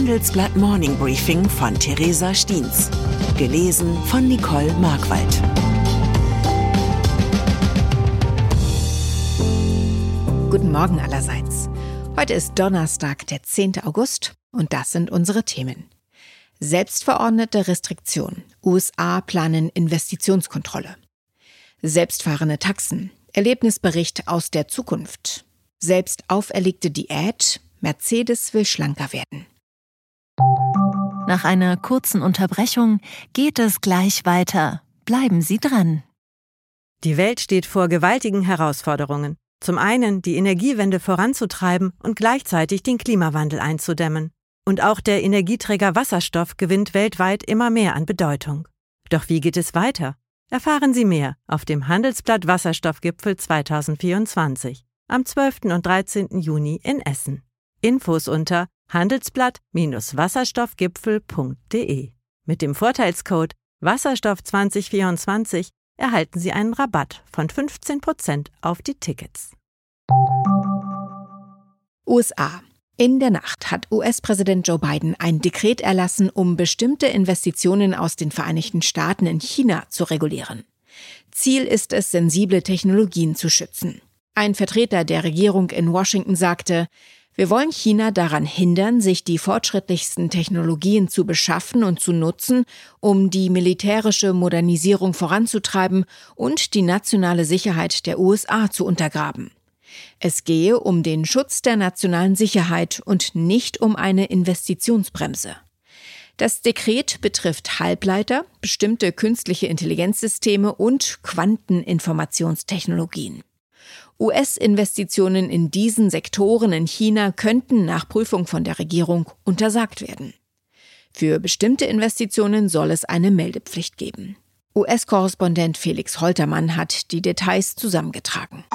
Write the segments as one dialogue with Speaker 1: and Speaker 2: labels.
Speaker 1: Handelsblatt Morning Briefing von Theresa Stiens. Gelesen von Nicole Markwald.
Speaker 2: Guten Morgen allerseits. Heute ist Donnerstag, der 10. August und das sind unsere Themen. Selbstverordnete Restriktion. USA planen Investitionskontrolle. Selbstfahrende Taxen. Erlebnisbericht aus der Zukunft. Selbst auferlegte Diät. Mercedes will schlanker werden.
Speaker 3: Nach einer kurzen Unterbrechung geht es gleich weiter. Bleiben Sie dran.
Speaker 4: Die Welt steht vor gewaltigen Herausforderungen. Zum einen die Energiewende voranzutreiben und gleichzeitig den Klimawandel einzudämmen. Und auch der Energieträger Wasserstoff gewinnt weltweit immer mehr an Bedeutung. Doch wie geht es weiter? Erfahren Sie mehr auf dem Handelsblatt Wasserstoffgipfel 2024 am 12. und 13. Juni in Essen. Infos unter handelsblatt-wasserstoffgipfel.de. Mit dem Vorteilscode Wasserstoff2024 erhalten Sie einen Rabatt von 15% auf die Tickets.
Speaker 2: USA. In der Nacht hat US-Präsident Joe Biden ein Dekret erlassen, um bestimmte Investitionen aus den Vereinigten Staaten in China zu regulieren. Ziel ist es, sensible Technologien zu schützen. Ein Vertreter der Regierung in Washington sagte: Wir wollen China daran hindern, sich die fortschrittlichsten Technologien zu beschaffen und zu nutzen, um die militärische Modernisierung voranzutreiben und die nationale Sicherheit der USA zu untergraben. Es gehe um den Schutz der nationalen Sicherheit und nicht um eine Investitionsbremse. Das Dekret betrifft Halbleiter, bestimmte künstliche Intelligenzsysteme und Quanteninformationstechnologien. US-Investitionen in diesen Sektoren in China könnten nach Prüfung von der Regierung untersagt werden. Für bestimmte Investitionen soll es eine Meldepflicht geben. US-Korrespondent Felix Holtermann hat die Details zusammengetragen.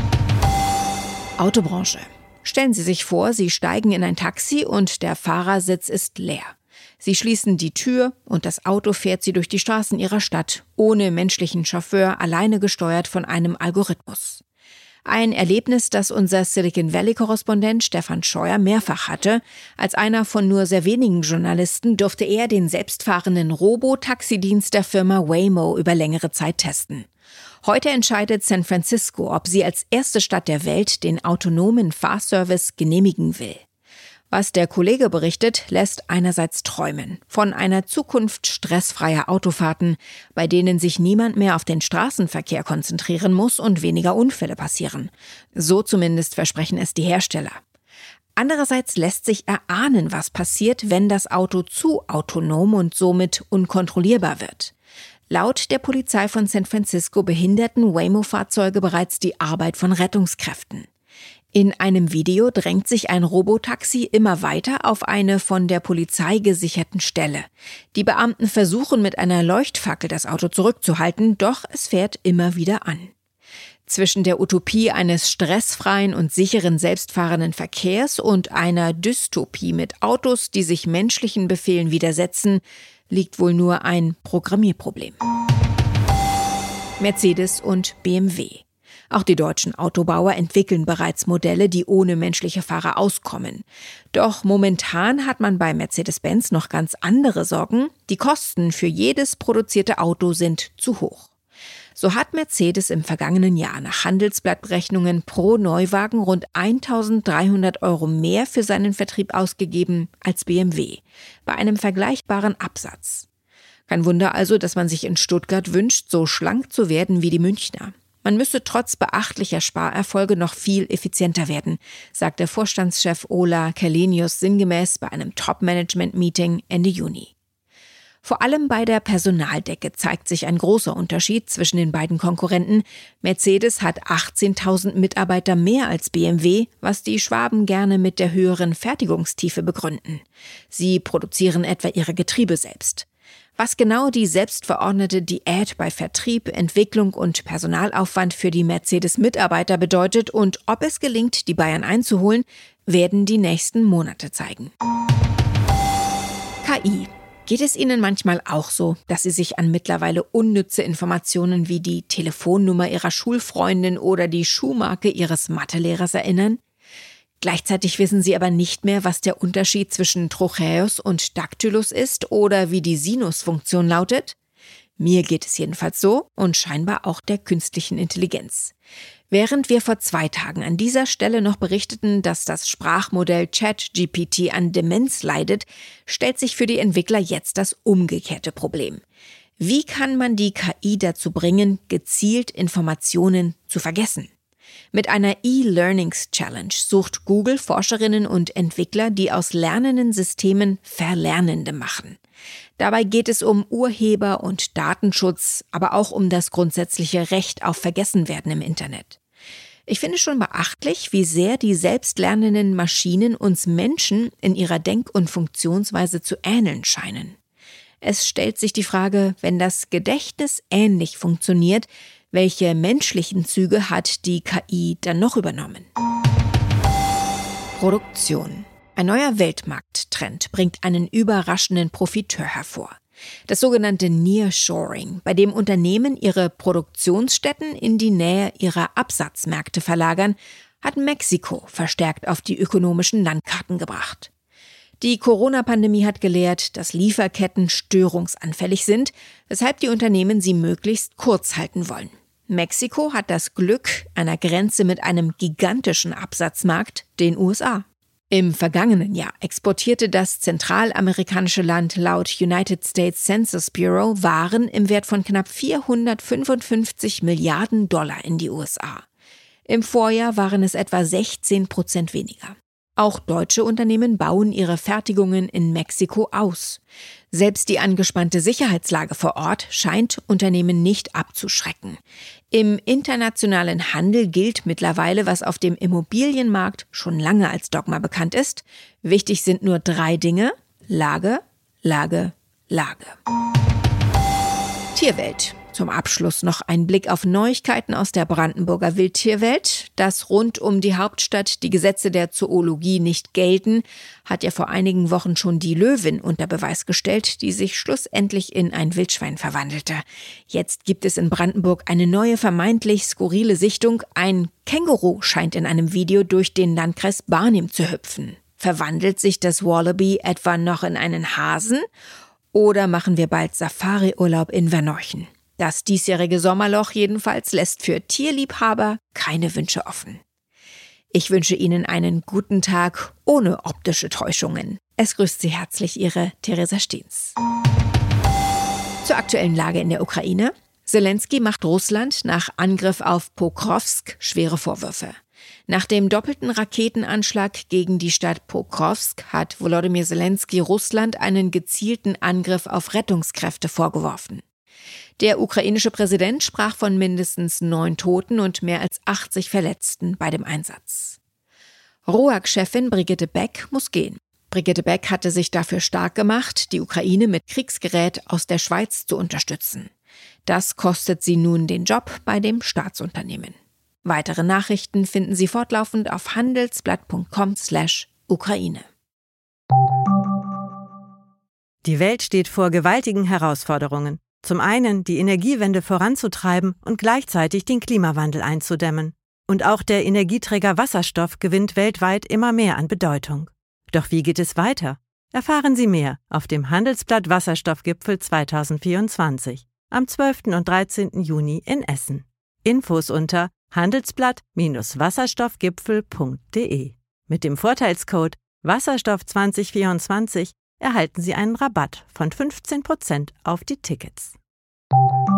Speaker 2: Autobranche. Stellen Sie sich vor, Sie steigen in ein Taxi und der Fahrersitz ist leer. Sie schließen die Tür und das Auto fährt Sie durch die Straßen Ihrer Stadt, ohne menschlichen Chauffeur, alleine gesteuert von einem Algorithmus. Ein Erlebnis, das unser Silicon Valley-Korrespondent Stefan Scheuer mehrfach hatte. Als einer von nur sehr wenigen Journalisten durfte er den selbstfahrenden Robo-Taxidienst der Firma Waymo über längere Zeit testen. Heute entscheidet San Francisco, ob sie als erste Stadt der Welt den autonomen Fahrservice genehmigen will. Was der Kollege berichtet, lässt einerseits träumen von einer Zukunft stressfreier Autofahrten, bei denen sich niemand mehr auf den Straßenverkehr konzentrieren muss und weniger Unfälle passieren. So zumindest versprechen es die Hersteller. Andererseits lässt sich erahnen, was passiert, wenn das Auto zu autonom und somit unkontrollierbar wird. Laut der Polizei von San Francisco behinderten Waymo-Fahrzeuge bereits die Arbeit von Rettungskräften. In einem Video drängt sich ein Robotaxi immer weiter auf eine von der Polizei gesicherten Stelle. Die Beamten versuchen mit einer Leuchtfackel das Auto zurückzuhalten, doch es fährt immer wieder an. Zwischen der Utopie eines stressfreien und sicheren selbstfahrenden Verkehrs und einer Dystopie mit Autos, die sich menschlichen Befehlen widersetzen, liegt wohl nur ein Programmierproblem. Mercedes und BMW. Auch die deutschen Autobauer entwickeln bereits Modelle, die ohne menschliche Fahrer auskommen. Doch momentan hat man bei Mercedes-Benz noch ganz andere Sorgen. Die Kosten für jedes produzierte Auto sind zu hoch. So hat Mercedes im vergangenen Jahr nach Handelsblattberechnungen pro Neuwagen rund 1.300 € mehr für seinen Vertrieb ausgegeben als BMW, bei einem vergleichbaren Absatz. Kein Wunder also, dass man sich in Stuttgart wünscht, so schlank zu werden wie die Münchner. Man müsse trotz beachtlicher Sparerfolge noch viel effizienter werden, sagt der Vorstandschef Ola Källenius sinngemäß bei einem Top-Management-Meeting Ende Juni. Vor allem bei der Personaldecke zeigt sich ein großer Unterschied zwischen den beiden Konkurrenten. Mercedes hat 18.000 Mitarbeiter mehr als BMW, was die Schwaben gerne mit der höheren Fertigungstiefe begründen. Sie produzieren etwa ihre Getriebe selbst. Was genau die selbstverordnete Diät bei Vertrieb, Entwicklung und Personalaufwand für die Mercedes-Mitarbeiter bedeutet und ob es gelingt, die Bayern einzuholen, werden die nächsten Monate zeigen. KI. Geht es Ihnen manchmal auch so, dass Sie sich an mittlerweile unnütze Informationen wie die Telefonnummer Ihrer Schulfreundin oder die Schuhmarke Ihres Mathelehrers erinnern? Gleichzeitig wissen sie aber nicht mehr, was der Unterschied zwischen Trochäus und Dactylus ist oder wie die Sinusfunktion lautet. Mir geht es jedenfalls so und scheinbar auch der künstlichen Intelligenz. Während wir vor 2 Tagen an dieser Stelle noch berichteten, dass das Sprachmodell ChatGPT an Demenz leidet, stellt sich für die Entwickler jetzt das umgekehrte Problem. Wie kann man die KI dazu bringen, gezielt Informationen zu vergessen? Mit einer E-Learnings-Challenge sucht Google Forscherinnen und Entwickler, die aus lernenden Systemen Verlernende machen. Dabei geht es um Urheber- und Datenschutz, aber auch um das grundsätzliche Recht auf Vergessenwerden im Internet. Ich finde schon beachtlich, wie sehr die selbstlernenden Maschinen uns Menschen in ihrer Denk- und Funktionsweise zu ähneln scheinen. Es stellt sich die Frage, wenn das Gedächtnis ähnlich funktioniert, welche menschlichen Züge hat die KI dann noch übernommen? Produktion. Ein neuer Weltmarkttrend bringt einen überraschenden Profiteur hervor. Das sogenannte Nearshoring, bei dem Unternehmen ihre Produktionsstätten in die Nähe ihrer Absatzmärkte verlagern, hat Mexiko verstärkt auf die ökonomischen Landkarten gebracht. Die Corona-Pandemie hat gelehrt, dass Lieferketten störungsanfällig sind, weshalb die Unternehmen sie möglichst kurz halten wollen. Mexiko hat das Glück einer Grenze mit einem gigantischen Absatzmarkt, den USA. Im vergangenen Jahr exportierte das zentralamerikanische Land laut United States Census Bureau Waren im Wert von knapp 455 Milliarden Dollar in die USA. Im Vorjahr waren es etwa 16% weniger. Auch deutsche Unternehmen bauen ihre Fertigungen in Mexiko aus. Selbst die angespannte Sicherheitslage vor Ort scheint Unternehmen nicht abzuschrecken. Im internationalen Handel gilt mittlerweile, was auf dem Immobilienmarkt schon lange als Dogma bekannt ist. Wichtig sind nur 3 Dinge: Lage, Lage, Lage. Tierwelt. Zum Abschluss noch ein Blick auf Neuigkeiten aus der Brandenburger Wildtierwelt. Dass rund um die Hauptstadt die Gesetze der Zoologie nicht gelten, hat ja vor einigen Wochen schon die Löwin unter Beweis gestellt, die sich schlussendlich in ein Wildschwein verwandelte. Jetzt gibt es in Brandenburg eine neue vermeintlich skurrile Sichtung. Ein Känguru scheint in einem Video durch den Landkreis Barnim zu hüpfen. Verwandelt sich das Wallaby etwa noch in einen Hasen? Oder machen wir bald Safari-Urlaub in Verneuchen? Das diesjährige Sommerloch jedenfalls lässt für Tierliebhaber keine Wünsche offen. Ich wünsche Ihnen einen guten Tag ohne optische Täuschungen. Es grüßt Sie herzlich Ihre Theresa Stiens. Zur aktuellen Lage in der Ukraine. Selenskyj macht Russland nach Angriff auf Pokrovsk schwere Vorwürfe. Nach dem doppelten Raketenanschlag gegen die Stadt Pokrovsk hat Volodymyr Selenskyj Russland einen gezielten Angriff auf Rettungskräfte vorgeworfen. Der ukrainische Präsident sprach von mindestens 9 Toten und mehr als 80 Verletzten bei dem Einsatz. RUAG-Chefin Brigitte Beck muss gehen. Brigitte Beck hatte sich dafür stark gemacht, die Ukraine mit Kriegsgerät aus der Schweiz zu unterstützen. Das kostet sie nun den Job bei dem Staatsunternehmen. Weitere Nachrichten finden Sie fortlaufend auf handelsblatt.com/Ukraine.
Speaker 4: Die Welt steht vor gewaltigen Herausforderungen. Zum einen die Energiewende voranzutreiben und gleichzeitig den Klimawandel einzudämmen. Und auch der Energieträger Wasserstoff gewinnt weltweit immer mehr an Bedeutung. Doch wie geht es weiter? Erfahren Sie mehr auf dem Handelsblatt Wasserstoffgipfel 2024 am 12. und 13. Juni in Essen. Infos unter handelsblatt-wasserstoffgipfel.de. Mit dem Vorteilscode Wasserstoff2024 erhalten Sie einen Rabatt von 15% auf die Tickets.